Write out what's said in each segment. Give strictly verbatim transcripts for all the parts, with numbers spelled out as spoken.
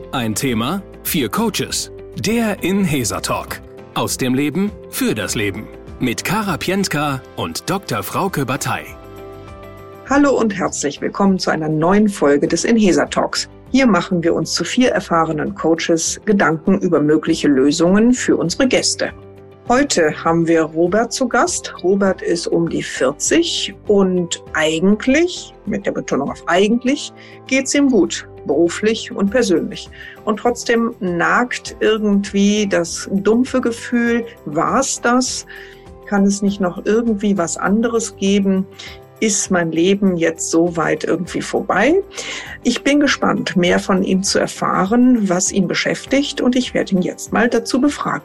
Ein Thema, vier Coaches. Der Inhesa Talk. Aus dem Leben für das Leben. Mit Kara Piętka und Doktor Frauke Batey. Hallo und herzlich willkommen zu einer neuen Folge des Inhesa Talks. Hier machen wir uns zu vier erfahrenen Coaches Gedanken über mögliche Lösungen für unsere Gäste. Heute haben wir Robert zu Gast. Robert ist um die vierzig und eigentlich, mit der Betonung auf eigentlich, geht's ihm gut, beruflich und persönlich. Und trotzdem nagt irgendwie das dumpfe Gefühl, war's das? Kann es nicht noch irgendwie was anderes geben? Ist mein Leben jetzt so weit irgendwie vorbei? Ich bin gespannt, mehr von ihm zu erfahren, was ihn beschäftigt, und ich werde ihn jetzt mal dazu befragen.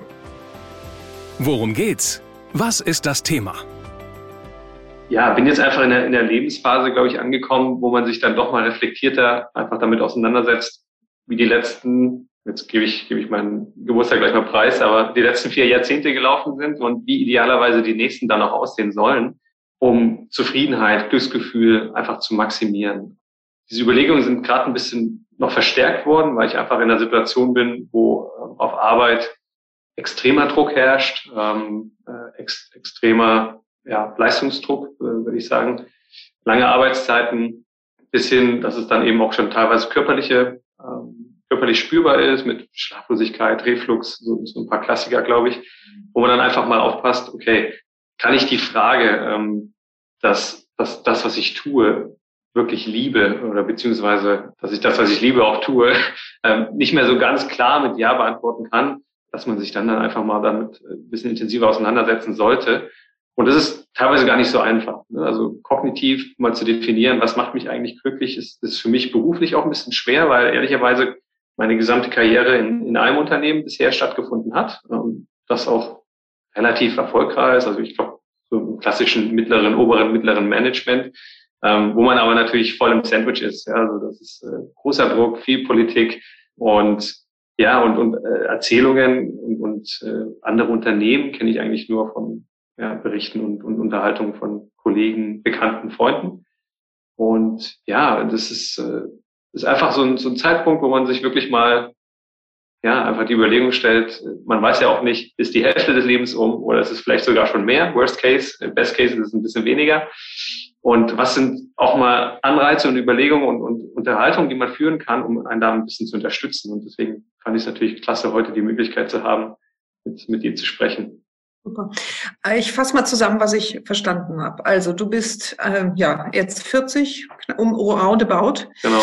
Worum geht's? Was ist das Thema? Ja, bin jetzt einfach in der, in der Lebensphase, glaube ich, angekommen, wo man sich dann doch mal reflektierter einfach damit auseinandersetzt, wie die letzten, jetzt gebe ich, gebe ich meinen Geburtstag gleich mal preis, aber die letzten vier Jahrzehnte gelaufen sind und wie idealerweise die nächsten dann auch aussehen sollen, um Zufriedenheit, Glücksgefühl einfach zu maximieren. Diese Überlegungen sind gerade ein bisschen noch verstärkt worden, weil ich einfach in einer Situation bin, wo äh, auf Arbeit extremer Druck herrscht, ähm, äh, ex, extremer ja, Leistungsdruck, äh, würde ich sagen, lange Arbeitszeiten, bis hin, dass es dann eben auch schon teilweise körperliche, ähm, körperlich spürbar ist, mit Schlaflosigkeit, Reflux, so, so ein paar Klassiker, glaube ich, wo man dann einfach mal aufpasst, okay, kann ich die Frage, ähm, dass, dass das, was ich tue, wirklich liebe oder beziehungsweise, dass ich das, was ich liebe, auch tue, ähm, nicht mehr so ganz klar mit Ja beantworten kann, dass man sich dann, dann einfach mal damit ein bisschen intensiver auseinandersetzen sollte. Und das ist teilweise gar nicht so einfach. Also kognitiv mal zu definieren, was macht mich eigentlich glücklich, ist, ist für mich beruflich auch ein bisschen schwer, weil ehrlicherweise meine gesamte Karriere in, in einem Unternehmen bisher stattgefunden hat. Und das auch relativ erfolgreich ist. Also ich glaube, so im klassischen mittleren, oberen, mittleren Management, ähm, wo man aber natürlich voll im Sandwich ist. Ja, also das ist äh, großer Druck, viel Politik und ja, und, und äh, Erzählungen und, und äh, andere Unternehmen kenne ich eigentlich nur von ja, Berichten und, und Unterhaltungen von Kollegen, Bekannten, Freunden. Und ja, das ist, äh, ist einfach so ein, so ein Zeitpunkt, wo man sich wirklich mal ja einfach die Überlegung stellt, man weiß ja auch nicht, ist die Hälfte des Lebens um oder ist es vielleicht sogar schon mehr? Worst Case, Best Case ist es ein bisschen weniger. Und was sind auch mal Anreize und Überlegungen und, und Unterhaltungen, die man führen kann, um einen da ein bisschen zu unterstützen. Und deswegen fand ich es natürlich klasse, heute die Möglichkeit zu haben, mit, mit dir zu sprechen. Super. Ich fasse mal zusammen, was ich verstanden habe. Also du bist ähm, ja jetzt vierzig, um roundabout. Genau.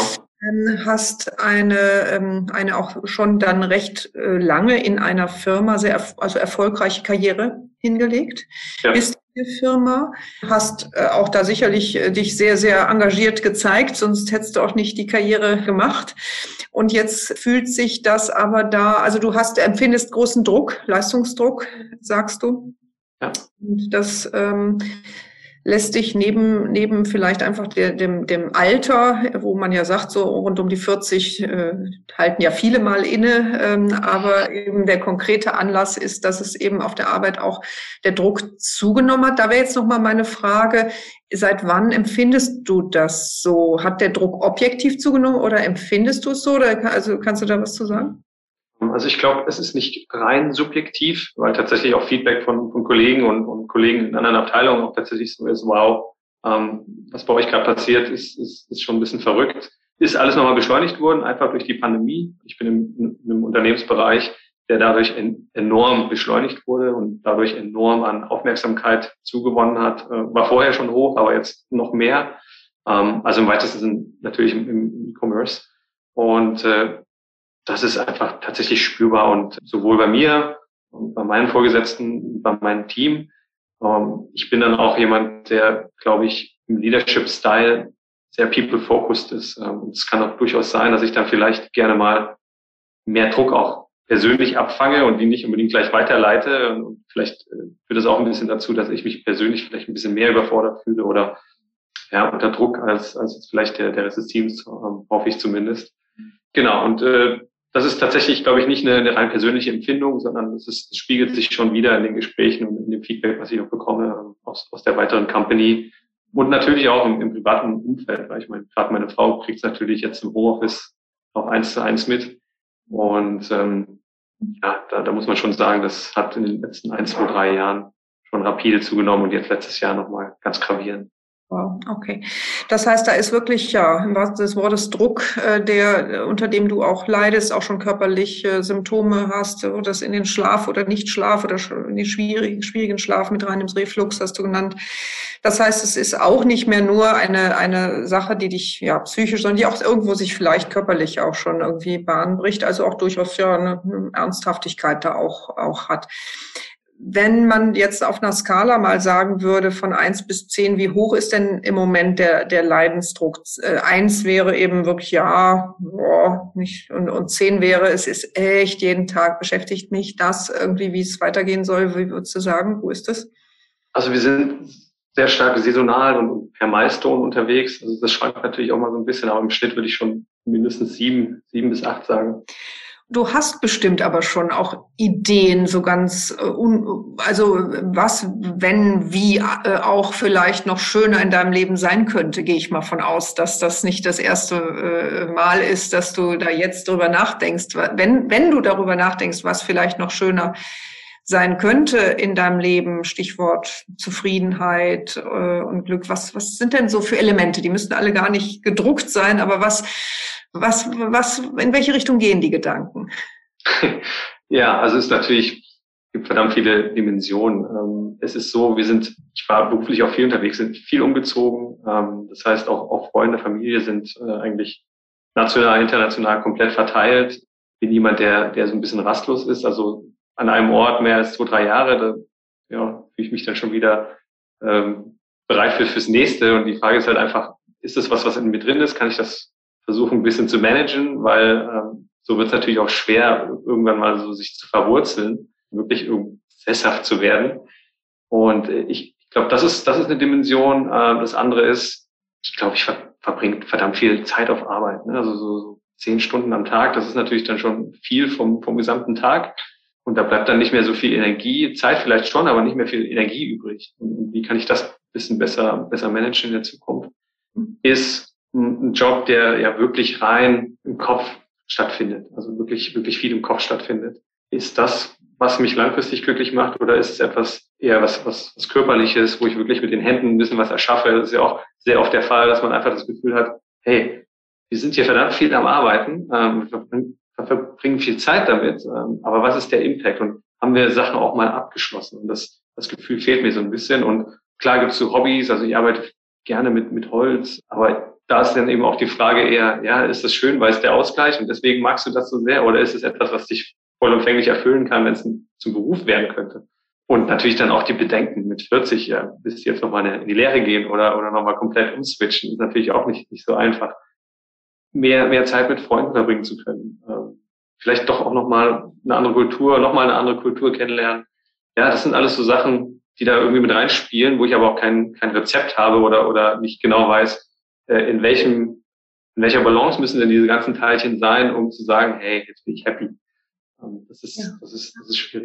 Hast eine ähm, eine auch schon dann recht äh, lange in einer Firma sehr erf- also erfolgreiche Karriere hingelegt. Ja. Bist in der Firma, hast äh, auch da sicherlich äh, dich sehr sehr engagiert gezeigt, sonst hättest du auch nicht die Karriere gemacht. Und jetzt fühlt sich das aber da, also du hast empfindest großen Druck, Leistungsdruck, sagst du. Ja. Und das ähm, lässt dich neben neben vielleicht einfach der, dem dem Alter, wo man ja sagt, so rund um die vierzig äh, halten ja viele mal inne, ähm, aber eben der konkrete Anlass ist, dass es eben auf der Arbeit auch der Druck zugenommen hat. Da wäre jetzt noch mal meine Frage, seit wann empfindest du das so? Hat der Druck objektiv zugenommen oder empfindest du es so? Oder also kannst du da was zu sagen? Also ich glaube, es ist nicht rein subjektiv, weil tatsächlich auch Feedback von, von Kollegen und, und Kollegen in anderen Abteilungen auch tatsächlich so ist, wow, ähm, was bei euch gerade passiert, ist, ist, ist schon ein bisschen verrückt. Ist alles nochmal beschleunigt worden, einfach durch die Pandemie. Ich bin im, in einem Unternehmensbereich, der dadurch en, enorm beschleunigt wurde und dadurch enorm an Aufmerksamkeit zugewonnen hat. Äh, war vorher schon hoch, aber jetzt noch mehr. Ähm, also im weitesten Sinne natürlich im, im E-Commerce. Und äh, das ist einfach tatsächlich spürbar und sowohl bei mir und bei meinen Vorgesetzten, bei meinem Team. Ähm, ich bin dann auch jemand, der, glaube ich, im Leadership-Style sehr people-focused ist. Ähm, es kann auch durchaus sein, dass ich dann vielleicht gerne mal mehr Druck auch persönlich abfange und die nicht unbedingt gleich weiterleite. Und vielleicht äh, führt das auch ein bisschen dazu, dass ich mich persönlich vielleicht ein bisschen mehr überfordert fühle oder ja unter Druck als als jetzt vielleicht der, der Rest des Teams, ähm, hoffe ich zumindest. Genau, und äh, das ist tatsächlich, glaube ich, nicht eine, eine rein persönliche Empfindung, sondern es, ist, es spiegelt sich schon wieder in den Gesprächen und in dem Feedback, was ich auch bekomme aus, aus der weiteren Company und natürlich auch im, im privaten Umfeld, weil ich meine, gerade meine Frau kriegt es natürlich jetzt im Homeoffice auch eins zu eins mit. Und ähm, ja, da, da muss man schon sagen, das hat in den letzten ein, zwei, drei Jahren schon rapide zugenommen und jetzt letztes Jahr nochmal ganz gravierend. Wow, okay. Das heißt, da ist wirklich, ja, im wahrsten Sinne des Wortes Druck, äh, der, unter dem du auch leidest, auch schon körperlich äh, Symptome hast, oder das in den Schlaf oder Nichtschlaf oder in den schwierigen, schwierigen Schlaf mit rein ins Reflux hast du genannt. Das heißt, es ist auch nicht mehr nur eine, eine Sache, die dich, ja, psychisch, sondern die auch irgendwo sich vielleicht körperlich auch schon irgendwie Bahn bricht, also auch durchaus, ja, eine, eine Ernsthaftigkeit da auch, auch hat. Wenn man jetzt auf einer Skala mal sagen würde, von eins bis zehn, wie hoch ist denn im Moment der, der Leidensdruck? Äh, eins wäre eben wirklich, ja, boah, nicht, und, und zehn wäre, es ist echt jeden Tag beschäftigt mich das irgendwie, wie es weitergehen soll. Wie würdest du sagen? Wo ist das? Also wir sind sehr stark saisonal und per Milestone unterwegs. Also das schwankt natürlich auch mal so ein bisschen, aber im Schnitt würde ich schon mindestens sieben, sieben bis acht sagen. Du hast bestimmt aber schon auch Ideen, so ganz, äh, un, also was, wenn, wie äh, auch vielleicht noch schöner in deinem Leben sein könnte, gehe ich mal von aus, dass das nicht das erste äh, Mal ist, dass du da jetzt drüber nachdenkst. Wenn, wenn du darüber nachdenkst, was vielleicht noch schöner sein könnte in deinem Leben, Stichwort Zufriedenheit äh, und Glück, was, was sind denn so für Elemente? Die müssten alle gar nicht gedruckt sein, aber was, Was, was, in welche Richtung gehen die Gedanken? Ja, also es ist natürlich, es gibt verdammt viele Dimensionen. Es ist so, wir sind, ich war beruflich auch viel unterwegs, sind viel umgezogen. Das heißt, auch, auch Freunde, Familie sind eigentlich national, international komplett verteilt. Ich bin jemand, der, der so ein bisschen rastlos ist. Also an einem Ort mehr als zwei, drei Jahre, da ja, fühle ich mich dann schon wieder ähm, bereit für fürs Nächste. Und die Frage ist halt einfach, ist das was, was in mir drin ist? Kann ich das versuchen ein bisschen zu managen, weil ähm, so wird es natürlich auch schwer, irgendwann mal so sich zu verwurzeln, wirklich sesshaft zu werden. Und äh, ich, ich glaube, das ist das ist eine Dimension. Äh, das andere ist, ich glaube, ich ver verbringe verdammt viel Zeit auf Arbeit. Ne? Also so, so zehn Stunden am Tag, das ist natürlich dann schon viel vom vom gesamten Tag. Und da bleibt dann nicht mehr so viel Energie, Zeit vielleicht schon, aber nicht mehr viel Energie übrig. Und wie kann ich das ein bisschen besser besser managen in der Zukunft? Ist ein Job, der ja wirklich rein im Kopf stattfindet, also wirklich wirklich viel im Kopf stattfindet. Ist das, was mich langfristig glücklich macht, oder ist es etwas eher was was, was Körperliches, wo ich wirklich mit den Händen ein bisschen was erschaffe? Das ist ja auch sehr oft der Fall, dass man einfach das Gefühl hat, hey, wir sind hier verdammt viel am Arbeiten, ähm, wir verbringen viel Zeit damit, ähm, aber was ist der Impact? Und haben wir Sachen auch mal abgeschlossen? Und das das Gefühl fehlt mir so ein bisschen. Und klar gibt es so Hobbys, also ich arbeite gerne mit mit Holz, aber da ist dann eben auch die Frage eher, ja, ist das schön, weil es der Ausgleich und deswegen magst du das so sehr, oder ist es etwas, was dich vollumfänglich erfüllen kann, wenn es zum Beruf werden könnte? Und natürlich dann auch die Bedenken mit vierzig, ja, bis jetzt nochmal in die Lehre gehen oder oder nochmal komplett umswitchen, ist natürlich auch nicht nicht so einfach. Mehr mehr Zeit mit Freunden verbringen zu können, ähm, vielleicht doch auch nochmal eine andere Kultur, nochmal eine andere Kultur kennenlernen. Ja, das sind alles so Sachen, die da irgendwie mit reinspielen, wo ich aber auch kein kein Rezept habe oder oder nicht genau weiß, in welchem, in welcher Balance müssen denn diese ganzen Teilchen sein, um zu sagen, hey, jetzt bin ich happy. Das ist, ja. das ist, das ist schwierig.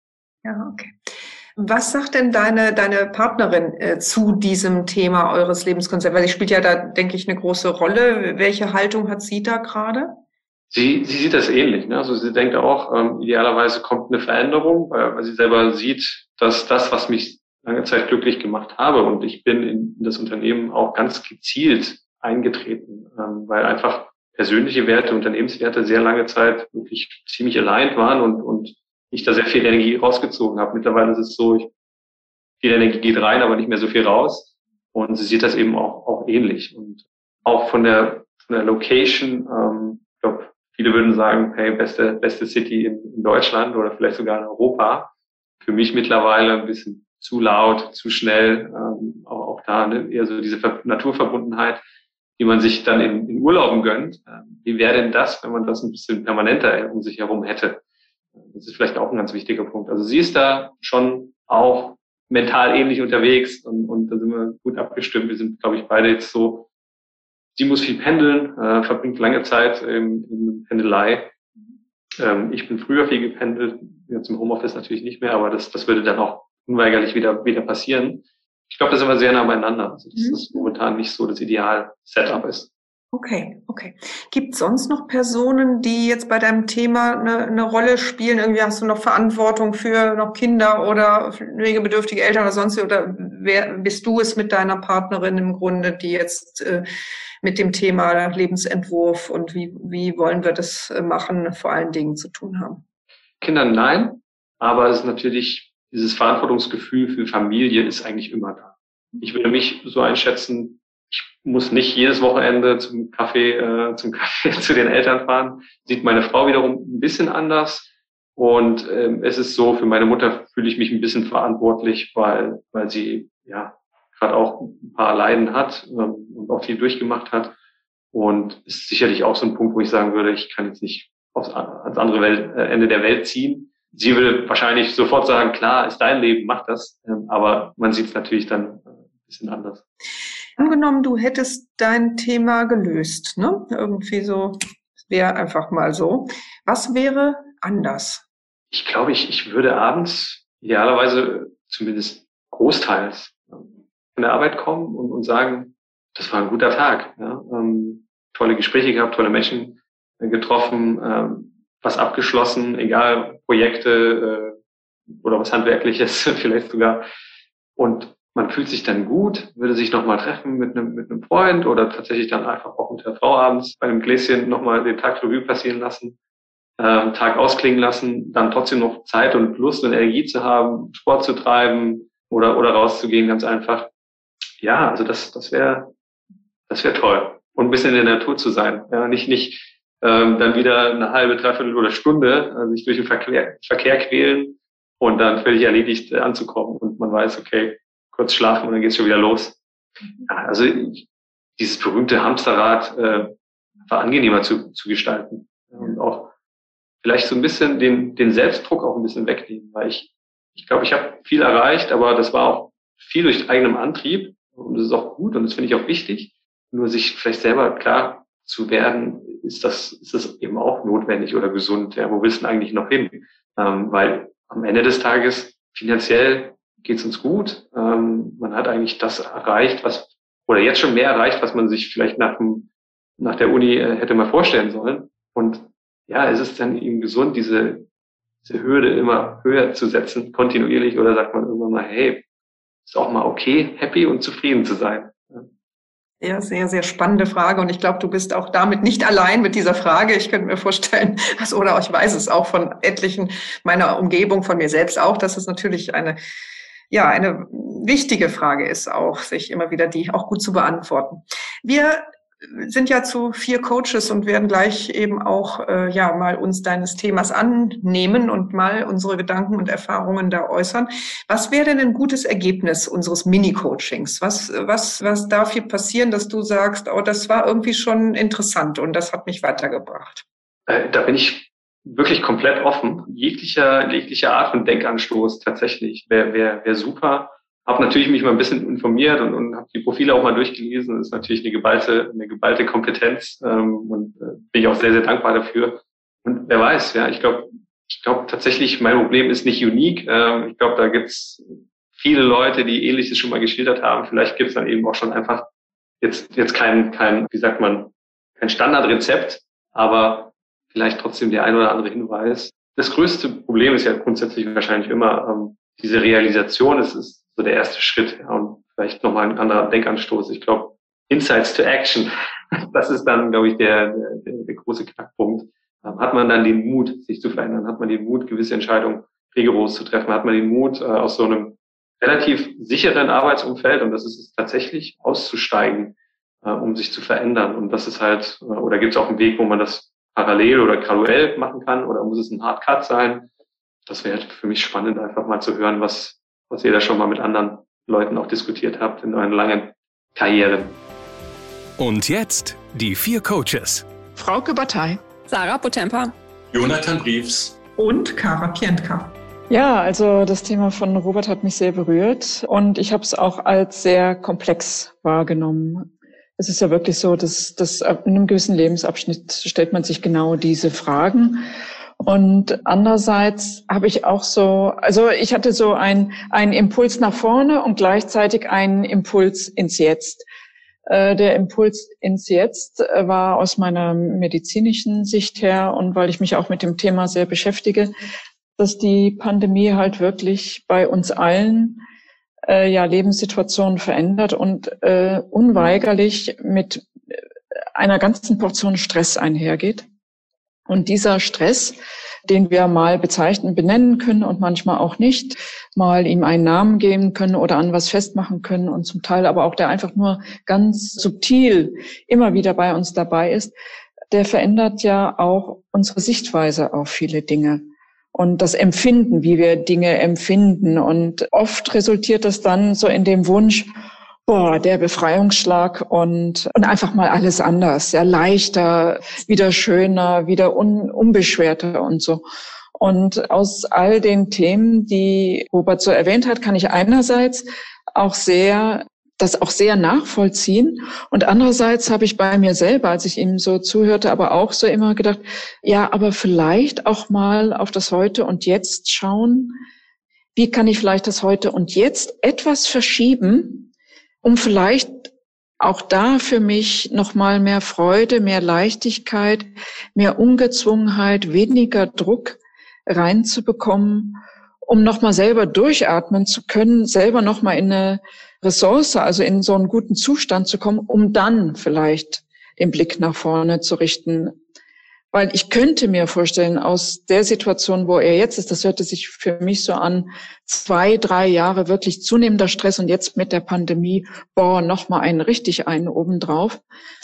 Ja, okay. Was sagt denn deine, deine Partnerin äh, zu diesem Thema eures Lebenskonzepts? Weil sie spielt ja da, denke ich, eine große Rolle. Welche Haltung hat sie da gerade? Sie, sie sieht das ähnlich, ne? Also sie denkt auch, ähm, idealerweise kommt eine Veränderung, weil, weil sie selber sieht, dass das, was mich lange Zeit glücklich gemacht habe. Und ich bin in das Unternehmen auch ganz gezielt eingetreten, ähm, weil einfach persönliche Werte, Unternehmenswerte sehr lange Zeit wirklich ziemlich aligned waren und, und ich da sehr viel Energie rausgezogen habe. Mittlerweile ist es so, ich, viel Energie geht rein, aber nicht mehr so viel raus. Und sie sieht das eben auch, auch ähnlich. Und auch von der, von der Location, ähm, ich glaube, viele würden sagen, hey, beste, beste City in, in Deutschland oder vielleicht sogar in Europa. Für mich mittlerweile ein bisschen zu laut, zu schnell, ähm, auch, auch da ne, eher so diese Ver Naturverbundenheit, die man sich dann in, in Urlauben gönnt. Ähm, wie wäre denn das, wenn man das ein bisschen permanenter um sich herum hätte? Das ist vielleicht auch ein ganz wichtiger Punkt. Also sie ist da schon auch mental ähnlich unterwegs und, und da sind wir gut abgestimmt. Wir sind, glaube ich, beide jetzt so, sie muss viel pendeln, äh, verbringt lange Zeit in, in Pendelei. Ähm, ich bin früher viel gependelt, jetzt im Homeoffice natürlich nicht mehr, aber das, das würde dann auch unweigerlich wieder, wieder passieren. Ich glaube, da sind wir sehr nah beieinander. Also, dass das momentan nicht so das Ideal-Setup ist. Okay, okay. Gibt es sonst noch Personen, die jetzt bei deinem Thema eine, eine Rolle spielen? Irgendwie hast du noch Verantwortung für noch Kinder oder pflegebedürftige Eltern oder sonst, oder wer bist du es mit deiner Partnerin im Grunde, die jetzt äh, mit dem Thema Lebensentwurf und wie, wie wollen wir das machen, vor allen Dingen zu tun haben? Kinder nein, aber es ist natürlich, dieses Verantwortungsgefühl für Familie ist eigentlich immer da. Ich würde mich so einschätzen, ich muss nicht jedes Wochenende zum Kaffee, äh, zum Kaffee zu den Eltern fahren. Sieht meine Frau wiederum ein bisschen anders. Und ähm, es ist so, für meine Mutter fühle ich mich ein bisschen verantwortlich, weil weil sie ja gerade auch ein paar Leiden hat ähm, und auch viel durchgemacht hat. Und ist sicherlich auch so ein Punkt, wo ich sagen würde, ich kann jetzt nicht aufs ans andere Welt, äh, Ende der Welt ziehen. Sie würde wahrscheinlich sofort sagen, klar, ist dein Leben, mach das. Ähm, aber man sieht es natürlich dann äh, ein bisschen anders. Angenommen, du hättest dein Thema gelöst, ne? Irgendwie so, wäre einfach mal so. Was wäre anders? Ich glaube, ich, ich würde abends idealerweise zumindest großteils von der Arbeit kommen und, und sagen, das war ein guter Tag. Ja? Ähm, tolle Gespräche gehabt, tolle Menschen äh, getroffen, ähm, was abgeschlossen, egal, Projekte äh, oder was Handwerkliches vielleicht sogar. Und man fühlt sich dann gut, würde sich nochmal treffen mit einem mit einem Freund oder tatsächlich dann einfach auch mit der Frau abends bei einem Gläschen nochmal den Tag Revue passieren lassen, äh, Tag ausklingen lassen, dann trotzdem noch Zeit und Lust und Energie zu haben, Sport zu treiben oder oder rauszugehen, ganz einfach. Ja, also das das wäre das wäre toll. Und ein bisschen in der Natur zu sein. Ja, nicht nicht ähm, dann wieder eine halbe, dreiviertel oder Stunde äh, sich durch den Verkehr, Verkehr quälen und dann völlig erledigt äh, anzukommen und man weiß, okay, kurz schlafen und dann geht's schon wieder los. Ja, also dieses berühmte Hamsterrad äh, war angenehmer zu, zu gestalten. Und auch vielleicht so ein bisschen den, den Selbstdruck auch ein bisschen wegnehmen, weil ich, ich glaube, ich habe viel erreicht, aber das war auch viel durch eigenem Antrieb und das ist auch gut und das finde ich auch wichtig. Nur sich vielleicht selber klar zu werden, ist das, ist das eben auch notwendig oder gesund. Ja, wo willst du denn eigentlich noch hin? Ähm, weil am Ende des Tages finanziell geht's uns gut. Ähm, man hat eigentlich das erreicht, was, oder jetzt schon mehr erreicht, was man sich vielleicht nach dem, nach der Uni äh, hätte mal vorstellen sollen. Und ja, es ist dann eben gesund, diese, diese Hürde immer höher zu setzen, kontinuierlich, oder sagt man irgendwann mal, hey, ist auch mal okay, happy und zufrieden zu sein. Ja, sehr, sehr spannende Frage. Und ich glaube, du bist auch damit nicht allein mit dieser Frage. Ich könnte mir vorstellen, dass, oder ich weiß es auch von etlichen meiner Umgebung, von mir selbst auch, dass es natürlich eine, ja, eine wichtige Frage ist, auch sich immer wieder die auch gut zu beantworten. Wir sind ja zu vier Coaches und werden gleich eben auch äh, ja mal uns deines Themas annehmen und mal unsere Gedanken und Erfahrungen da äußern. Was wäre denn ein gutes Ergebnis unseres Mini-Coachings? Was was was darf hier passieren, dass du sagst, oh, das war irgendwie schon interessant und das hat mich weitergebracht? Äh, da bin ich wirklich komplett offen. Jeglicher jeglicher Art von Denkanstoß tatsächlich wäre wäre wäre super. Habe natürlich mich mal ein bisschen informiert und, und habe die Profile auch mal durchgelesen. Das ist natürlich eine geballte, eine geballte Kompetenz ähm, und äh, bin ich auch sehr, sehr dankbar dafür. Und wer weiß, ja, ich glaube, ich glaube tatsächlich, mein Problem ist nicht unique. Ähm, ich glaube, da gibt's viele Leute, die Ähnliches schon mal geschildert haben. Vielleicht gibt's dann eben auch schon einfach jetzt jetzt kein, kein, wie sagt man, kein Standardrezept, aber vielleicht trotzdem der ein oder andere Hinweis. Das größte Problem ist ja grundsätzlich wahrscheinlich immer ähm, diese Realisation. Es ist so der erste Schritt, ja, und vielleicht nochmal ein anderer Denkanstoß. Ich glaube, Insights to Action, das ist dann, glaube ich, der, der, der große Knackpunkt. Ähm, hat man dann den Mut, sich zu verändern? Hat man den Mut, gewisse Entscheidungen rigoros zu treffen? Hat man den Mut, äh, aus so einem relativ sicheren Arbeitsumfeld, und das ist es tatsächlich, auszusteigen, äh, um sich zu verändern? Und das ist halt, äh, oder gibt es auch einen Weg, wo man das parallel oder graduell machen kann, oder muss es ein Hard Cut sein? Das wäre für mich spannend, einfach mal zu hören, was was ihr da schon mal mit anderen Leuten auch diskutiert habt in euren langen Karrieren. Und jetzt die vier Coaches. Frauke Bataille, Sarah Potempa, Jonathan Briefs und Kara Pientka. Ja, also das Thema von Robert hat mich sehr berührt und ich habe es auch als sehr komplex wahrgenommen. Es ist ja wirklich so, dass, dass in einem gewissen Lebensabschnitt stellt man sich genau diese Fragen. Und andererseits habe ich auch so, also ich hatte so ein, einen Impuls nach vorne und gleichzeitig einen Impuls ins Jetzt. Äh, der Impuls ins Jetzt äh, war aus meiner medizinischen Sicht her und weil ich mich auch mit dem Thema sehr beschäftige, dass die Pandemie halt wirklich bei uns allen äh, ja Lebenssituationen verändert und äh, unweigerlich mit einer ganzen Portion Stress einhergeht. Und dieser Stress, den wir mal bezeichnen, benennen können und manchmal auch nicht, mal ihm einen Namen geben können oder an was festmachen können und zum Teil aber auch der einfach nur ganz subtil immer wieder bei uns dabei ist, der verändert ja auch unsere Sichtweise auf viele Dinge und das Empfinden, wie wir Dinge empfinden. Und oft resultiert das dann so in dem Wunsch, boah, der Befreiungsschlag und, und einfach mal alles anders, ja, leichter, wieder schöner, wieder un, unbeschwerter und so. Und aus all den Themen, die Robert so erwähnt hat, kann ich einerseits auch sehr, das auch sehr nachvollziehen. Und andererseits habe ich bei mir selber, als ich ihm so zuhörte, aber auch so immer gedacht, ja, aber vielleicht auch mal auf das Heute und Jetzt schauen. Wie kann ich vielleicht das Heute und Jetzt etwas verschieben, um vielleicht auch da für mich nochmal mehr Freude, mehr Leichtigkeit, mehr Ungezwungenheit, weniger Druck reinzubekommen, um nochmal selber durchatmen zu können, selber nochmal in eine Ressource, also in so einen guten Zustand zu kommen, um dann vielleicht den Blick nach vorne zu richten. Weil ich könnte mir vorstellen, aus der Situation, wo er jetzt ist, das hörte sich für mich so an, zwei, drei Jahre wirklich zunehmender Stress und jetzt mit der Pandemie, boah, nochmal einen richtig einen obendrauf.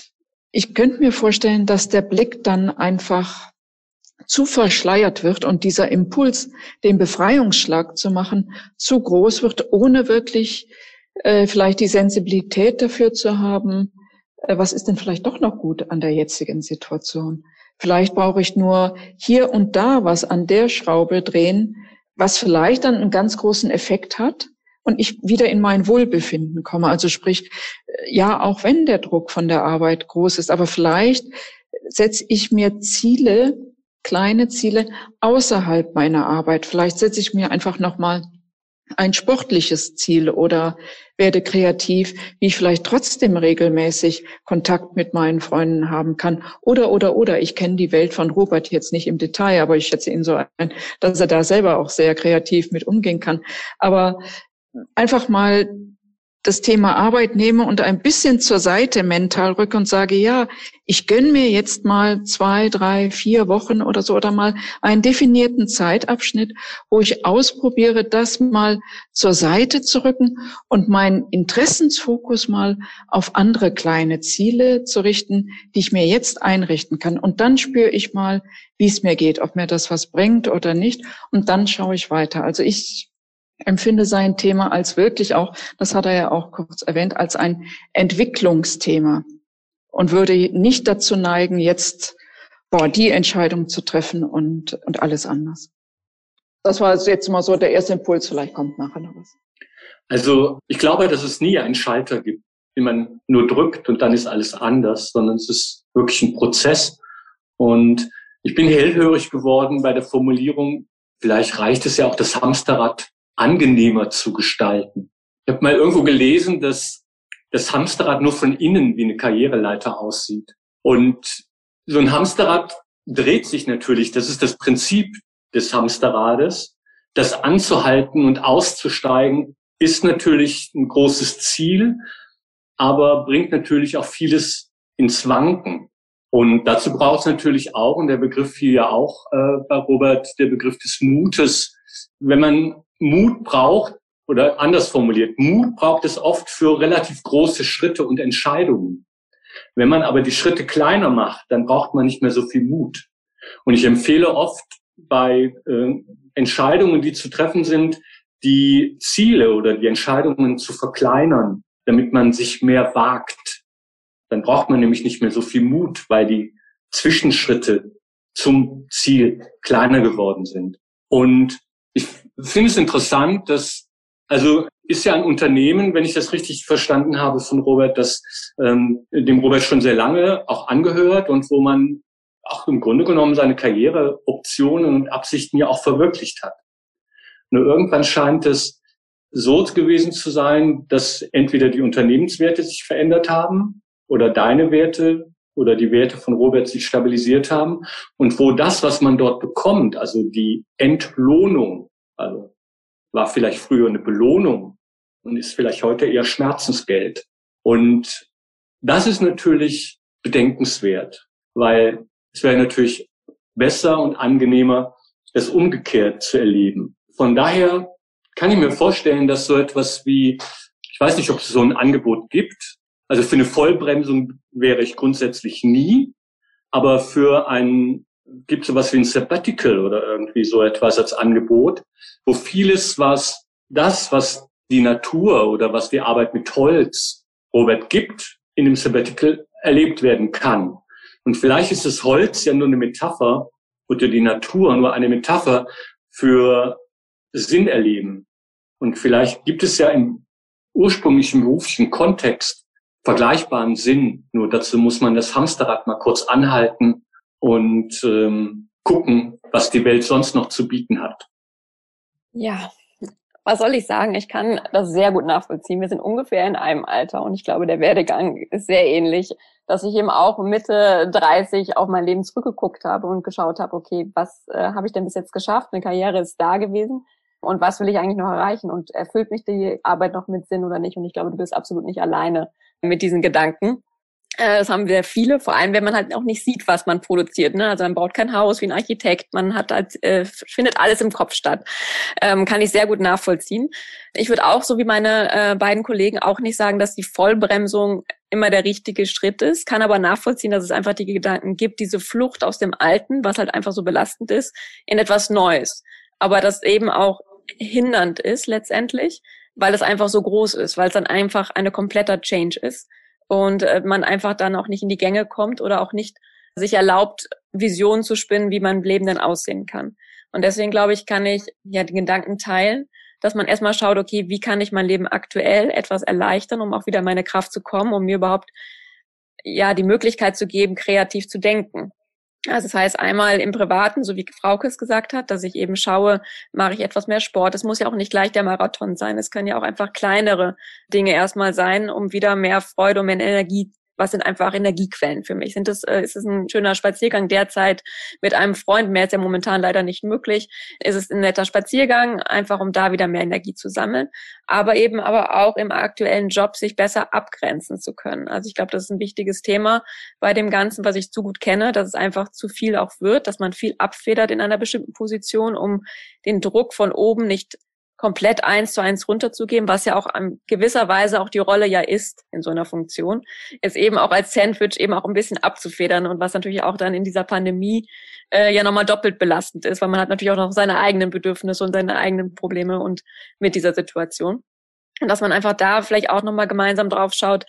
Ich könnte mir vorstellen, dass der Blick dann einfach zu verschleiert wird und dieser Impuls, den Befreiungsschlag zu machen, zu groß wird, ohne wirklich äh, vielleicht die Sensibilität dafür zu haben, äh, was ist denn vielleicht doch noch gut an der jetzigen Situation. Vielleicht brauche ich nur hier und da was an der Schraube drehen, was vielleicht dann einen ganz großen Effekt hat und ich wieder in mein Wohlbefinden komme. Also sprich, ja, auch wenn der Druck von der Arbeit groß ist, aber vielleicht setze ich mir Ziele, kleine Ziele außerhalb meiner Arbeit. Vielleicht setze ich mir einfach nochmal ein sportliches Ziel oder werde kreativ, wie ich vielleicht trotzdem regelmäßig Kontakt mit meinen Freunden haben kann. Oder, oder, oder, ich kenne die Welt von Robert jetzt nicht im Detail, aber ich schätze ihn so ein, dass er da selber auch sehr kreativ mit umgehen kann. Aber einfach mal das Thema Arbeit nehme und ein bisschen zur Seite mental rücke und sage, ja, ich gönne mir jetzt mal zwei, drei, vier Wochen oder so oder mal einen definierten Zeitabschnitt, wo ich ausprobiere, das mal zur Seite zu rücken und meinen Interessensfokus mal auf andere kleine Ziele zu richten, die ich mir jetzt einrichten kann. Und dann spüre ich mal, wie es mir geht, ob mir das was bringt oder nicht. Und dann schaue ich weiter. Also ich empfinde sein Thema als wirklich auch, das hat er ja auch kurz erwähnt, als ein Entwicklungsthema und würde nicht dazu neigen, jetzt boah, die Entscheidung zu treffen und und alles anders. Das war jetzt mal so der erste Impuls, vielleicht kommt nachher noch was. Also ich glaube, dass es nie einen Schalter gibt, den man nur drückt und dann ist alles anders, sondern es ist wirklich ein Prozess. Und ich bin hellhörig geworden bei der Formulierung, vielleicht reicht es ja auch, das Hamsterrad angenehmer zu gestalten. Ich habe mal irgendwo gelesen, dass das Hamsterrad nur von innen wie eine Karriereleiter aussieht. Und so ein Hamsterrad dreht sich natürlich, das ist das Prinzip des Hamsterrades. Das anzuhalten und auszusteigen ist natürlich ein großes Ziel, aber bringt natürlich auch vieles ins Wanken. Und dazu braucht es natürlich auch, und der Begriff fiel ja auch äh, bei Robert, der Begriff des Mutes. Wenn man Mut braucht, oder anders formuliert, Mut braucht es oft für relativ große Schritte und Entscheidungen. Wenn man aber die Schritte kleiner macht, dann braucht man nicht mehr so viel Mut. Und ich empfehle oft bei äh, Entscheidungen, die zu treffen sind, die Ziele oder die Entscheidungen zu verkleinern, damit man sich mehr wagt. Dann braucht man nämlich nicht mehr so viel Mut, weil die Zwischenschritte zum Ziel kleiner geworden sind. Und ich finde es interessant, dass, also ist ja ein Unternehmen, wenn ich das richtig verstanden habe von Robert, das ähm, dem Robert schon sehr lange auch angehört und wo man auch im Grunde genommen seine Karriereoptionen und Absichten ja auch verwirklicht hat. Nur irgendwann scheint es so gewesen zu sein, dass entweder die Unternehmenswerte sich verändert haben oder deine Werte oder die Werte von Robert sich stabilisiert haben und wo das, was man dort bekommt, also die Entlohnung, also war vielleicht früher eine Belohnung und ist vielleicht heute eher Schmerzensgeld. Und das ist natürlich bedenkenswert, weil es wäre natürlich besser und angenehmer, das umgekehrt zu erleben. Von daher kann ich mir vorstellen, dass so etwas wie, ich weiß nicht, ob es so ein Angebot gibt. Also für eine Vollbremsung wäre ich grundsätzlich nie, aber für ein, gibt es sowas wie ein Sabbatical oder irgendwie so etwas als Angebot, wo vieles, was das, was die Natur oder was die Arbeit mit Holz Robert gibt, in dem Sabbatical erlebt werden kann. Und vielleicht ist das Holz ja nur eine Metapher oder die Natur nur eine Metapher für Sinn erleben. Und vielleicht gibt es ja im ursprünglichen beruflichen Kontext vergleichbaren Sinn. Nur dazu muss man das Hamsterrad mal kurz anhalten und ähm, gucken, was die Welt sonst noch zu bieten hat. Ja, was soll ich sagen? Ich kann das sehr gut nachvollziehen. Wir sind ungefähr in einem Alter und ich glaube, der Werdegang ist sehr ähnlich, dass ich eben auch Mitte dreißig auf mein Leben zurückgeguckt habe und geschaut habe, okay, was äh, habe ich denn bis jetzt geschafft? Eine Karriere ist da gewesen. Und was will ich eigentlich noch erreichen? Und erfüllt mich die Arbeit noch mit Sinn oder nicht? Und ich glaube, du bist absolut nicht alleine mit diesen Gedanken. Das haben wir viele, vor allem wenn man halt auch nicht sieht, was man produziert. Ne? Also man baut kein Haus wie ein Architekt, man hat halt, äh, findet alles im Kopf statt. Ähm, kann ich sehr gut nachvollziehen. Ich würde auch, so wie meine äh, beiden Kollegen, auch nicht sagen, dass die Vollbremsung immer der richtige Schritt ist, kann aber nachvollziehen, dass es einfach die Gedanken gibt, diese Flucht aus dem Alten, was halt einfach so belastend ist, in etwas Neues. Aber das eben auch hindernd ist letztendlich, weil es einfach so groß ist, weil es dann einfach eine kompletter Change ist und äh, man einfach dann auch nicht in die Gänge kommt oder auch nicht sich erlaubt, Visionen zu spinnen, wie mein Leben dann aussehen kann. Und deswegen, glaube ich, kann ich ja den Gedanken teilen, dass man erstmal schaut, okay, wie kann ich mein Leben aktuell etwas erleichtern, um auch wieder in meine Kraft zu kommen, um mir überhaupt ja die Möglichkeit zu geben, kreativ zu denken. Also das heißt einmal im Privaten, so wie Frauke es gesagt hat, dass ich eben schaue, mache ich etwas mehr Sport. Es muss ja auch nicht gleich der Marathon sein. Es können ja auch einfach kleinere Dinge erstmal sein, um wieder mehr Freude und mehr Energie. Was sind einfach Energiequellen für mich? Sind das, äh, ist es ein schöner Spaziergang derzeit mit einem Freund? Mehr ist ja momentan leider nicht möglich. Ist es ein netter Spaziergang, einfach um da wieder mehr Energie zu sammeln? Aber eben aber auch im aktuellen Job sich besser abgrenzen zu können. Also ich glaube, das ist ein wichtiges Thema bei dem Ganzen, was ich zu gut kenne, dass es einfach zu viel auch wird, dass man viel abfedert in einer bestimmten Position, um den Druck von oben nicht komplett eins zu eins runterzugeben, was ja auch in gewisser Weise auch die Rolle ja ist in so einer Funktion, ist eben auch als Sandwich eben auch ein bisschen abzufedern und was natürlich auch dann in dieser Pandemie äh, ja nochmal doppelt belastend ist, weil man hat natürlich auch noch seine eigenen Bedürfnisse und seine eigenen Probleme und mit dieser Situation. Und dass man einfach da vielleicht auch nochmal gemeinsam drauf schaut,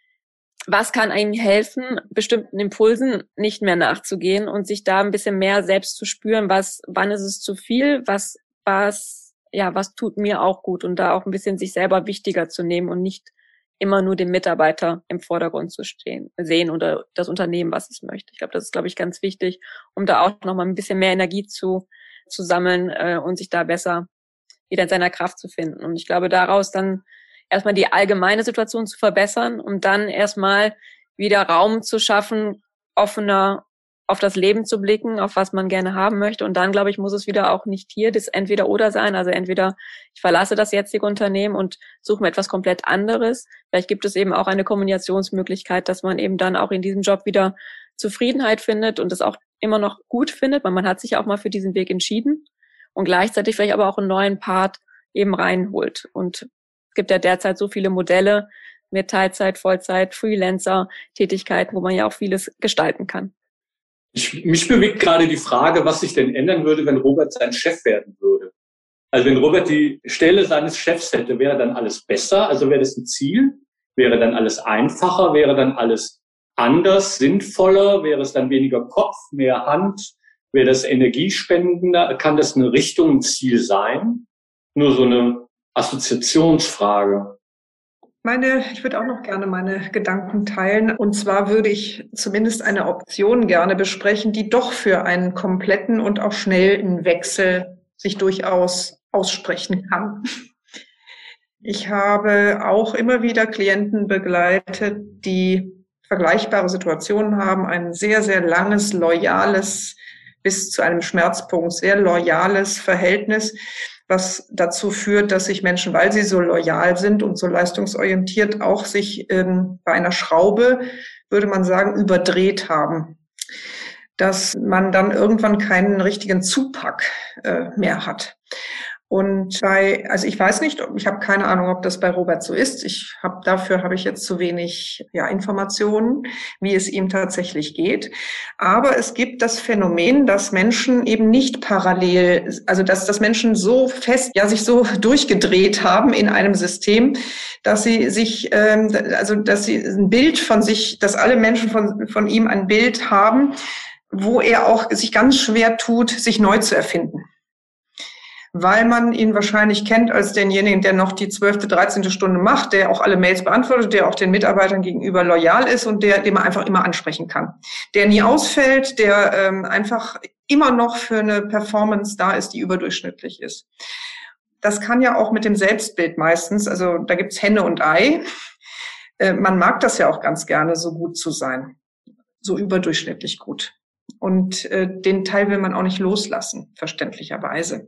was kann einem helfen, bestimmten Impulsen nicht mehr nachzugehen und sich da ein bisschen mehr selbst zu spüren, was, wann ist es zu viel, was, was ja, was tut mir auch gut und da auch ein bisschen sich selber wichtiger zu nehmen und nicht immer nur den Mitarbeiter im Vordergrund zu stehen, sehen oder das Unternehmen, was es möchte. Ich glaube, das ist, glaube ich, ganz wichtig, um da auch nochmal ein bisschen mehr Energie zu, zu sammeln äh, und sich da besser wieder in seiner Kraft zu finden. Und ich glaube, daraus dann erstmal die allgemeine Situation zu verbessern, um dann erstmal wieder Raum zu schaffen, offener auf das Leben zu blicken, auf was man gerne haben möchte. Und dann, glaube ich, muss es wieder auch nicht hier das Entweder-Oder sein. Also entweder ich verlasse das jetzige Unternehmen und suche mir etwas komplett anderes. Vielleicht gibt es eben auch eine Kombinationsmöglichkeit, dass man eben dann auch in diesem Job wieder Zufriedenheit findet und es auch immer noch gut findet, weil man hat sich ja auch mal für diesen Weg entschieden und gleichzeitig vielleicht aber auch einen neuen Part eben reinholt. Und es gibt ja derzeit so viele Modelle mit Teilzeit, Vollzeit, Freelancer-Tätigkeiten, wo man ja auch vieles gestalten kann. Ich, mich bewegt gerade die Frage, was sich denn ändern würde, wenn Robert sein Chef werden würde. Also wenn Robert die Stelle seines Chefs hätte, wäre dann alles besser? Also wäre das ein Ziel? Wäre dann alles einfacher? Wäre dann alles anders, sinnvoller? Wäre es dann weniger Kopf, mehr Hand? Wäre das energiespendender? Kann das eine Richtung, ein Ziel sein? Nur so eine Assoziationsfrage. Meine, ich würde auch noch gerne meine Gedanken teilen. Und zwar würde ich zumindest eine Option gerne besprechen, die doch für einen kompletten und auch schnellen Wechsel sich durchaus aussprechen kann. Ich habe auch immer wieder Klienten begleitet, die vergleichbare Situationen haben, ein sehr, sehr langes, loyales, bis zu einem Schmerzpunkt, sehr loyales Verhältnis, was dazu führt, dass sich Menschen, weil sie so loyal sind und so leistungsorientiert, auch sich ähm, bei einer Schraube, würde man sagen, überdreht haben. Dass man dann irgendwann keinen richtigen Zupack äh, mehr hat. Und bei, also ich weiß nicht, ich habe keine Ahnung, ob das bei Robert so ist. Ich habe dafür habe ich jetzt zu wenig ja, Informationen, wie es ihm tatsächlich geht. Aber es gibt das Phänomen, dass Menschen eben nicht parallel, also dass dass Menschen so fest, ja sich so durchgedreht haben in einem System, dass sie sich, ähm, also dass sie ein Bild von sich, dass alle Menschen von von ihm ein Bild haben, wo er auch sich ganz schwer tut, sich neu zu erfinden. Weil man ihn wahrscheinlich kennt als denjenigen, der noch die zwölfte, dreizehnte Stunde macht, der auch alle Mails beantwortet, der auch den Mitarbeitern gegenüber loyal ist und der, den man einfach immer ansprechen kann. Der nie ausfällt, der ähm, einfach immer noch für eine Performance da ist, die überdurchschnittlich ist. Das kann ja auch mit dem Selbstbild meistens, also da gibt's Henne und Ei. Äh, man mag das ja auch ganz gerne, so gut zu sein, so überdurchschnittlich gut. Und äh, den Teil will man auch nicht loslassen, verständlicherweise.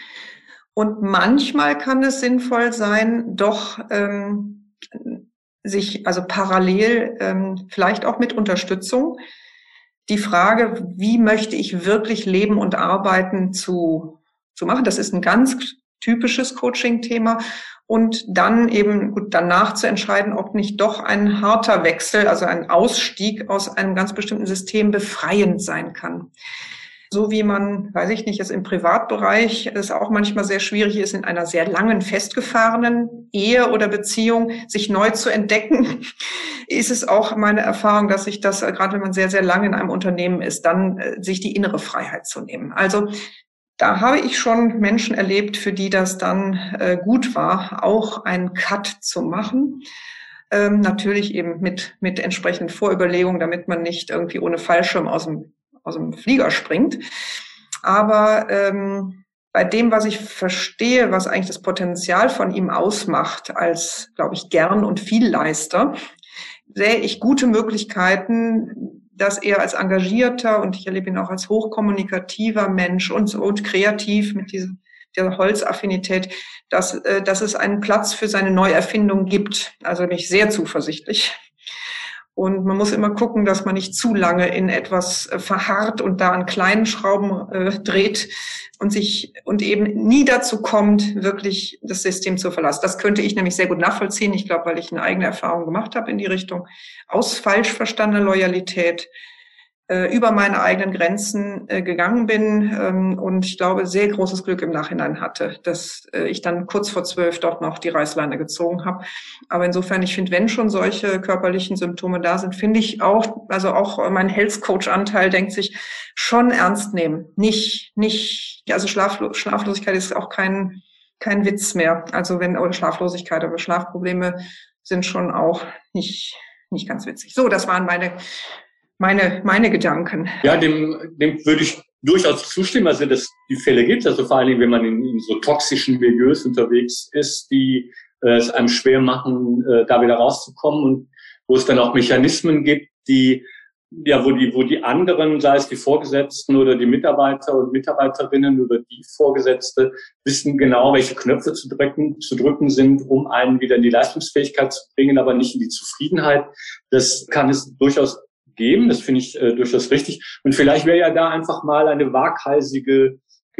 Und manchmal kann es sinnvoll sein, doch ähm, sich also parallel, ähm, vielleicht auch mit Unterstützung, die Frage, wie möchte ich wirklich leben und arbeiten, zu zu machen. Das ist ein ganz typisches Coaching-Thema. Und dann eben gut danach zu entscheiden, ob nicht doch ein harter Wechsel, also ein Ausstieg aus einem ganz bestimmten System befreiend sein kann. So wie man, weiß ich nicht, jetzt im Privatbereich es auch manchmal sehr schwierig ist, in einer sehr langen, festgefahrenen Ehe oder Beziehung sich neu zu entdecken, ist es auch meine Erfahrung, dass sich das, gerade wenn man sehr, sehr lange in einem Unternehmen ist, dann äh, sich die innere Freiheit zu nehmen. Also da habe ich schon Menschen erlebt, für die das dann äh, gut war, auch einen Cut zu machen. Ähm, natürlich eben mit, mit entsprechenden Vorüberlegungen, damit man nicht irgendwie ohne Fallschirm aus dem aus dem Flieger springt. Aber ähm, bei dem, was ich verstehe, was eigentlich das Potenzial von ihm ausmacht, als, glaube ich, Gern- und Vielleister, sehe ich gute Möglichkeiten, dass er als engagierter, und ich erlebe ihn auch als hochkommunikativer Mensch und, und kreativ mit diesem, der Holzaffinität, dass, äh, dass es einen Platz für seine Neuerfindung gibt. Also bin ich sehr zuversichtlich. Und man muss immer gucken, dass man nicht zu lange in etwas äh, verharrt und da an kleinen Schrauben äh, dreht und sich und eben nie dazu kommt, wirklich das System zu verlassen. Das könnte ich nämlich sehr gut nachvollziehen. Ich glaube, weil ich eine eigene Erfahrung gemacht habe in die Richtung aus falsch verstandener Loyalität äh, über meine eigenen Grenzen äh, gegangen bin ähm, und ich glaube, sehr großes Glück im Nachhinein hatte, dass äh, ich dann kurz vor zwölf doch noch die Reißleine gezogen habe. Aber insofern, ich finde, wenn schon solche körperlichen Symptome da sind, finde ich auch, also auch mein Health-Coach-Anteil denkt sich, schon ernst nehmen. Nicht, nicht, also Schlaflo- Schlaflosigkeit ist auch kein, kein Witz mehr. Also wenn, oder Schlaflosigkeit, aber Schlafprobleme sind schon auch nicht, nicht ganz witzig. So, das waren meine, meine, meine Gedanken. Ja, dem, dem würde ich durchaus zustimmen, also dass die Fälle gibt, also vor allen Dingen, wenn man in, in so toxischen Milieus unterwegs ist, die äh, es einem schwer machen, äh, da wieder rauszukommen und wo es dann auch Mechanismen gibt, die ja, wo die, wo die anderen, sei es die Vorgesetzten oder die Mitarbeiter und Mitarbeiterinnen oder die Vorgesetzte, wissen genau, welche Knöpfe zu drücken, zu drücken sind, um einen wieder in die Leistungsfähigkeit zu bringen, aber nicht in die Zufriedenheit. Das kann es durchaus geben, das finde ich äh, durchaus richtig. Und vielleicht wäre ja da einfach mal eine waghalsige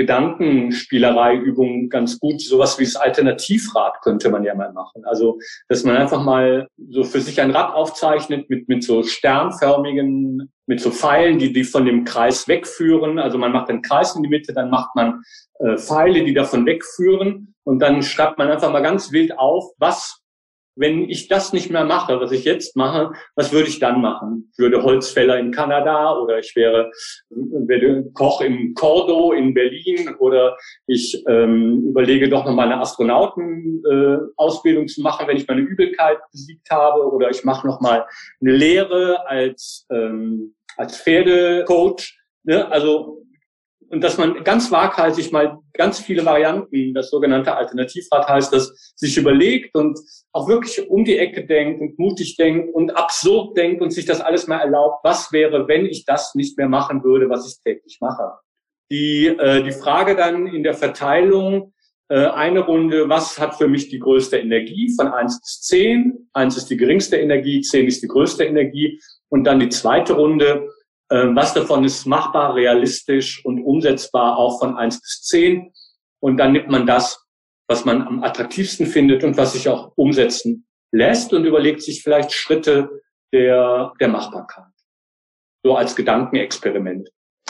Gedankenspielerei-Übung ganz gut. Sowas wie das Alternativrad könnte man ja mal machen. Also, dass man einfach mal so für sich ein Rad aufzeichnet mit, mit so sternförmigen, mit so Pfeilen, die, die von dem Kreis wegführen. Also man macht einen Kreis in die Mitte, dann macht man äh, Pfeile, die davon wegführen. Und dann schreibt man einfach mal ganz wild auf, was, wenn ich das nicht mehr mache, was ich jetzt mache, was würde ich dann machen? Ich würde Holzfäller in Kanada oder ich wäre, wäre Koch im Cordo in Berlin oder ich ähm, überlege doch noch mal eine Astronautenausbildung äh, zu machen, wenn ich meine Übelkeit besiegt habe, oder ich mache noch mal eine Lehre als ähm, als Pferdecoach. Ne? Also und dass man ganz waghalsig mal ganz viele Varianten, das sogenannte Alternativrad heißt das, sich überlegt und auch wirklich um die Ecke denkt und mutig denkt und absurd denkt und sich das alles mal erlaubt. Was wäre, wenn ich das nicht mehr machen würde, was ich täglich mache? Die, äh, die Frage dann in der Verteilung, äh, eine Runde, was hat für mich die größte Energie von eins bis zehn? eins ist die geringste Energie, zehn ist die größte Energie. Und dann die zweite Runde, äh, was davon ist machbar, realistisch und umsetzbar, auch von eins bis zehn. Und dann nimmt man das, was man am attraktivsten findet und was sich auch umsetzen lässt und überlegt sich vielleicht Schritte der, der Machbarkeit. So als Gedankenexperiment.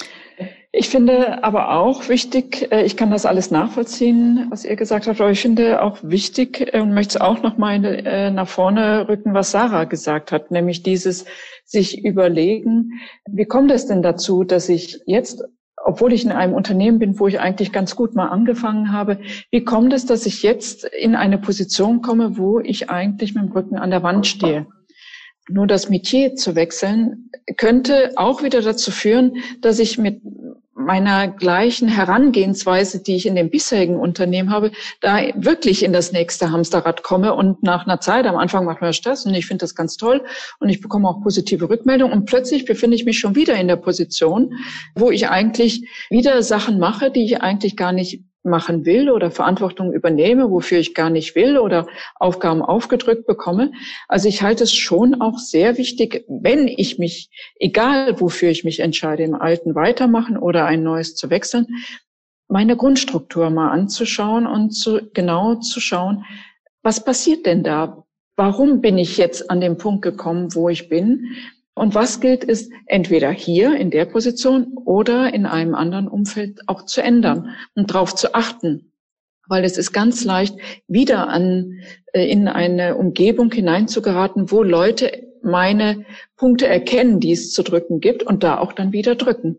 Ich finde aber auch wichtig, ich kann das alles nachvollziehen, was ihr gesagt habt, aber ich finde auch wichtig und möchte es auch noch mal nach vorne rücken, was Sarah gesagt hat, nämlich dieses sich überlegen, wie kommt es denn dazu, dass ich jetzt, obwohl ich in einem Unternehmen bin, wo ich eigentlich ganz gut mal angefangen habe, wie kommt es, dass ich jetzt in eine Position komme, wo ich eigentlich mit dem Rücken an der Wand stehe? Nur das Metier zu wechseln, könnte auch wieder dazu führen, dass ich mit meiner gleichen Herangehensweise, die ich in dem bisherigen Unternehmen habe, da wirklich in das nächste Hamsterrad komme und nach einer Zeit, am Anfang macht mir Stress und ich finde das ganz toll und ich bekomme auch positive Rückmeldungen und plötzlich befinde ich mich schon wieder in der Position, wo ich eigentlich wieder Sachen mache, die ich eigentlich gar nicht machen will oder Verantwortung übernehme, wofür ich gar nicht will oder Aufgaben aufgedrückt bekomme. Also ich halte es schon auch sehr wichtig, wenn ich mich, egal wofür ich mich entscheide, im Alten weitermachen oder ein neues zu wechseln, meine Grundstruktur mal anzuschauen und zu, genau zu schauen, was passiert denn da? Warum bin ich jetzt an den Punkt gekommen, wo ich bin? Und was gilt es, entweder hier in der Position oder in einem anderen Umfeld auch zu ändern und darauf zu achten. Weil es ist ganz leicht, wieder an, in eine Umgebung hineinzugeraten, wo Leute meine Punkte erkennen, die es zu drücken gibt und da auch dann wieder drücken.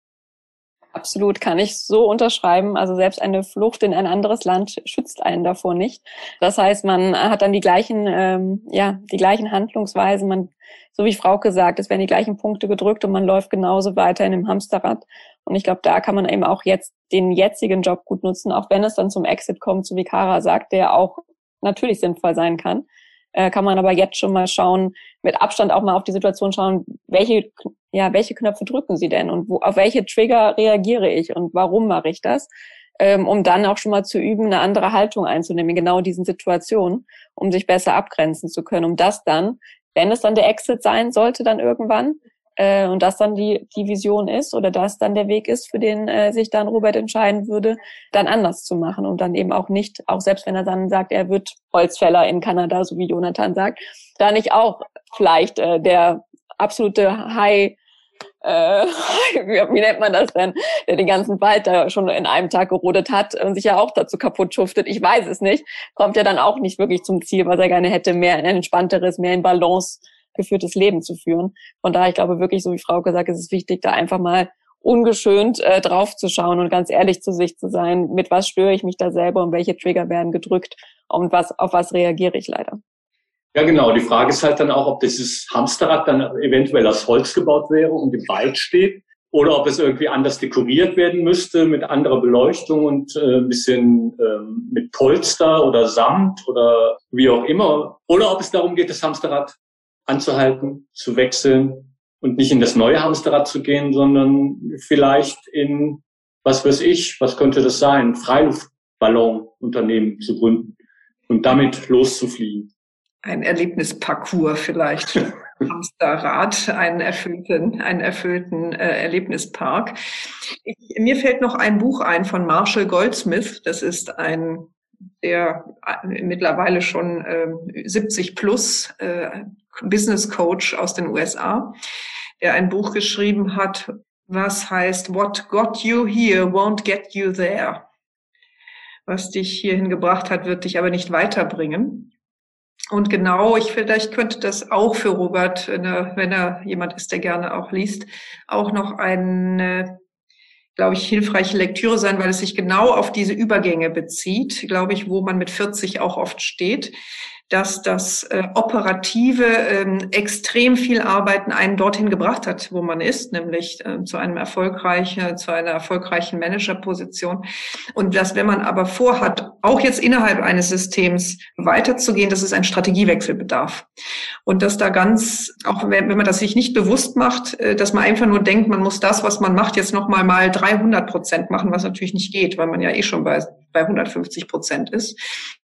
Absolut, kann ich so unterschreiben. Also selbst eine Flucht in ein anderes Land schützt einen davor nicht. Das heißt, man hat dann die gleichen, ähm, ja, die gleichen Handlungsweisen. Man, so wie Frauke sagt, es werden die gleichen Punkte gedrückt und man läuft genauso weiter in dem Hamsterrad. Und ich glaube, da kann man eben auch jetzt den jetzigen Job gut nutzen, auch wenn es dann zum Exit kommt, so wie Kara sagt, der auch natürlich sinnvoll sein kann. Äh, kann man aber jetzt schon mal schauen, mit Abstand auch mal auf die Situation schauen, welche, ja, welche Knöpfe drücken sie denn und wo, auf welche Trigger reagiere ich und warum mache ich das, ähm, um dann auch schon mal zu üben, eine andere Haltung einzunehmen in genau diesen Situationen, um sich besser abgrenzen zu können, um das dann, wenn es dann der Exit sein sollte, dann irgendwann, äh, und das dann die, die Vision ist oder das dann der Weg ist, für den äh, sich dann Robert entscheiden würde, dann anders zu machen und dann eben auch nicht, auch selbst wenn er dann sagt, er wird Holzfäller in Kanada, so wie Jonathan sagt, da nicht auch vielleicht äh, der absolute High, äh, wie nennt man das denn, der den ganzen Wald da schon in einem Tag gerodet hat und sich ja auch dazu kaputt schuftet, ich weiß es nicht, kommt ja dann auch nicht wirklich zum Ziel, was er gerne hätte, mehr ein entspannteres, mehr in Balance geführtes Leben zu führen. Von daher, ich glaube wirklich, so wie Frau gesagt, ist es wichtig, da einfach mal ungeschönt äh, drauf zu schauen und ganz ehrlich zu sich zu sein, mit was störe ich mich da selber und welche Trigger werden gedrückt und was auf was reagiere ich leider. Ja, genau. Die Frage ist halt dann auch, ob dieses Hamsterrad dann eventuell aus Holz gebaut wäre und im Wald steht oder ob es irgendwie anders dekoriert werden müsste mit anderer Beleuchtung und äh, ein bisschen ähm, mit Polster oder Samt oder wie auch immer. Oder ob es darum geht, das Hamsterrad anzuhalten, zu wechseln und nicht in das neue Hamsterrad zu gehen, sondern vielleicht in, was weiß ich, was könnte das sein, Freiluftballonunternehmen zu gründen und damit loszufliegen. Ein Erlebnisparcours vielleicht. Hamsterrad, einen erfüllten, einen erfüllten äh, Erlebnispark. Ich, mir fällt noch ein Buch ein von Marshall Goldsmith. Das ist ein der mittlerweile schon äh, siebzig plus äh, Business Coach aus den U S A, der ein Buch geschrieben hat, was heißt What got you here won't get you there. Was dich hierhin gebracht hat, wird dich aber nicht weiterbringen. Und genau, ich vielleicht könnte das auch für Robert, wenn er, wenn er jemand ist, der gerne auch liest, auch noch eine, glaube ich, hilfreiche Lektüre sein, weil es sich genau auf diese Übergänge bezieht, glaube ich, wo man mit vierzig auch oft steht. dass das äh, Operative ähm, extrem viel Arbeiten einen dorthin gebracht hat, wo man ist, nämlich äh, zu einem erfolgreichen, zu einer erfolgreichen Managerposition. Und dass, wenn man aber vorhat, auch jetzt innerhalb eines Systems weiterzugehen, dass es einen Strategiewechsel bedarf. Und dass da ganz, auch wenn, wenn man das sich nicht bewusst macht, äh, dass man einfach nur denkt, man muss das, was man macht, jetzt nochmal mal dreihundert Prozent machen, was natürlich nicht geht, weil man ja eh schon bei, bei hundertfünfzig Prozent ist.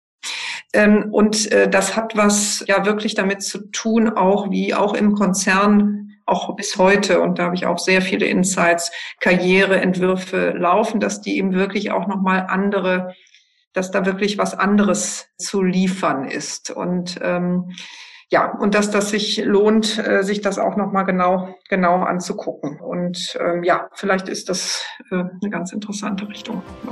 Ähm, und äh, das hat was ja wirklich damit zu tun, auch wie auch im Konzern, auch bis heute, und da habe ich auch sehr viele Insights, Karriereentwürfe laufen, dass die eben wirklich auch nochmal andere, dass da wirklich was anderes zu liefern ist. Und ähm, ja, und dass das sich lohnt, äh, sich das auch nochmal genau, genau anzugucken. Und ähm, ja, vielleicht ist das äh, eine ganz interessante Richtung noch.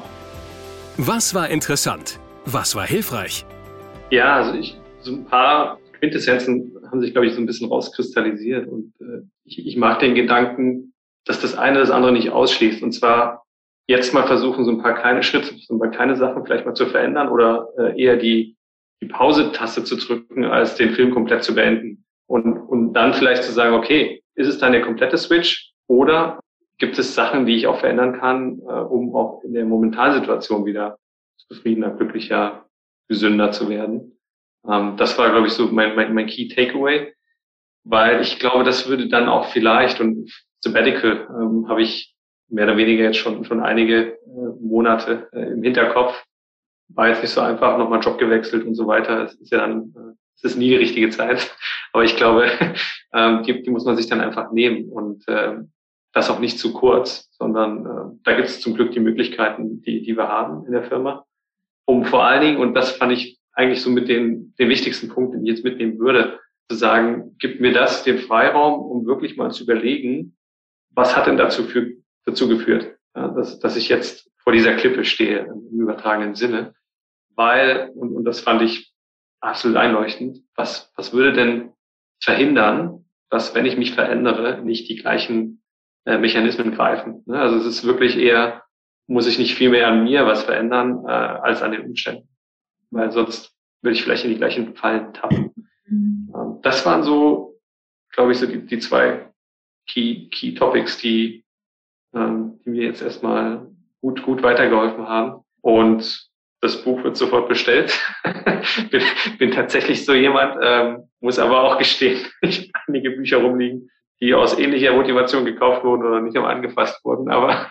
Was war interessant? Was war hilfreich? Ja, also ich, so ein paar Quintessenzen haben sich, glaube ich, so ein bisschen rauskristallisiert. Und äh, ich, ich mag den Gedanken, dass das eine das andere nicht ausschließt. Und zwar jetzt mal versuchen, so ein paar kleine Schritte, so ein paar kleine Sachen vielleicht mal zu verändern oder äh, eher die, die Pause-Taste zu drücken, als den Film komplett zu beenden. Und, und dann vielleicht zu sagen, okay, ist es dann der komplette Switch oder gibt es Sachen, die ich auch verändern kann, äh, um auch in der Momentansituation wieder zufriedener, glücklicher, gesünder zu werden. Ähm, das war, glaube ich, so mein, mein, mein Key Takeaway, weil ich glaube, das würde dann auch vielleicht, und Sabbatical ähm, habe ich mehr oder weniger jetzt schon schon einige äh, Monate äh, im Hinterkopf, war jetzt nicht so einfach, nochmal einen Job gewechselt und so weiter. Es ist ja dann, äh, es ist nie die richtige Zeit, aber ich glaube, ähm, die, die muss man sich dann einfach nehmen und äh, das auch nicht zu kurz, sondern äh, da gibt es zum Glück die Möglichkeiten, die die wir haben in der Firma, um vor allen Dingen, und das fand ich eigentlich so mit den, den wichtigsten Punkten, die ich jetzt mitnehmen würde, zu sagen, gibt mir das den Freiraum, um wirklich mal zu überlegen, was hat denn dazu, für, dazu geführt, ja, dass, dass ich jetzt vor dieser Klippe stehe, im übertragenen Sinne, weil, und, und das fand ich absolut einleuchtend, was, was würde denn verhindern, dass, wenn ich mich verändere, nicht die gleichen äh, Mechanismen greifen. Ne? Also es ist wirklich eher, muss ich nicht viel mehr an mir was verändern, äh, als an den Umständen. Weil sonst würde ich vielleicht in die gleichen Fallen tappen. Mhm. Ähm, das waren so, glaube ich, so die, die zwei Key, Key Topics, die, ähm, die mir jetzt erstmal gut, gut weitergeholfen haben. Und das Buch wird sofort bestellt. bin, bin tatsächlich so jemand, ähm, muss aber auch gestehen, ich habe einige Bücher rumliegen, die aus ähnlicher Motivation gekauft wurden oder nicht einmal angefasst wurden, aber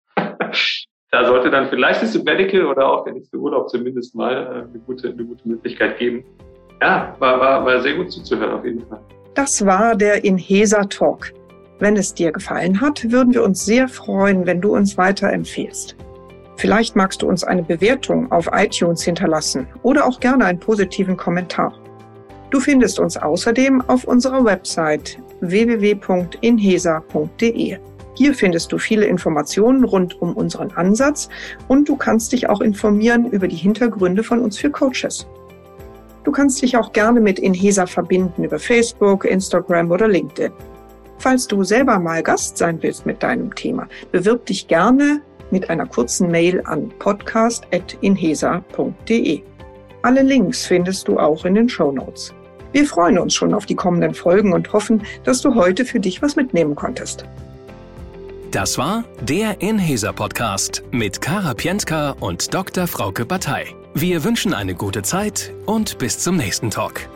da sollte dann vielleicht das Sabbatical oder auch der nächste Urlaub zumindest mal eine gute, eine gute Möglichkeit geben. Ja, war, war, war sehr gut zuzuhören auf jeden Fall. Das war der Inhesa Talk. Wenn es dir gefallen hat, würden wir uns sehr freuen, wenn du uns weiterempfehlst. Vielleicht magst du uns eine Bewertung auf iTunes hinterlassen oder auch gerne einen positiven Kommentar. Du findest uns außerdem auf unserer Website w w w punkt inhesa punkt d e. Hier findest du viele Informationen rund um unseren Ansatz und du kannst dich auch informieren über die Hintergründe von uns für Coaches. Du kannst dich auch gerne mit Inhesa verbinden über Facebook, Instagram oder LinkedIn. Falls du selber mal Gast sein willst mit deinem Thema, bewirb dich gerne mit einer kurzen Mail an podcast at inhesa punkt d e. Alle Links findest du auch in den Shownotes. Wir freuen uns schon auf die kommenden Folgen und hoffen, dass du heute für dich was mitnehmen konntest. Das war der Inhesa Podcast mit Kara Pientka und Doktor Frauke Batey. Wir wünschen eine gute Zeit und bis zum nächsten Talk.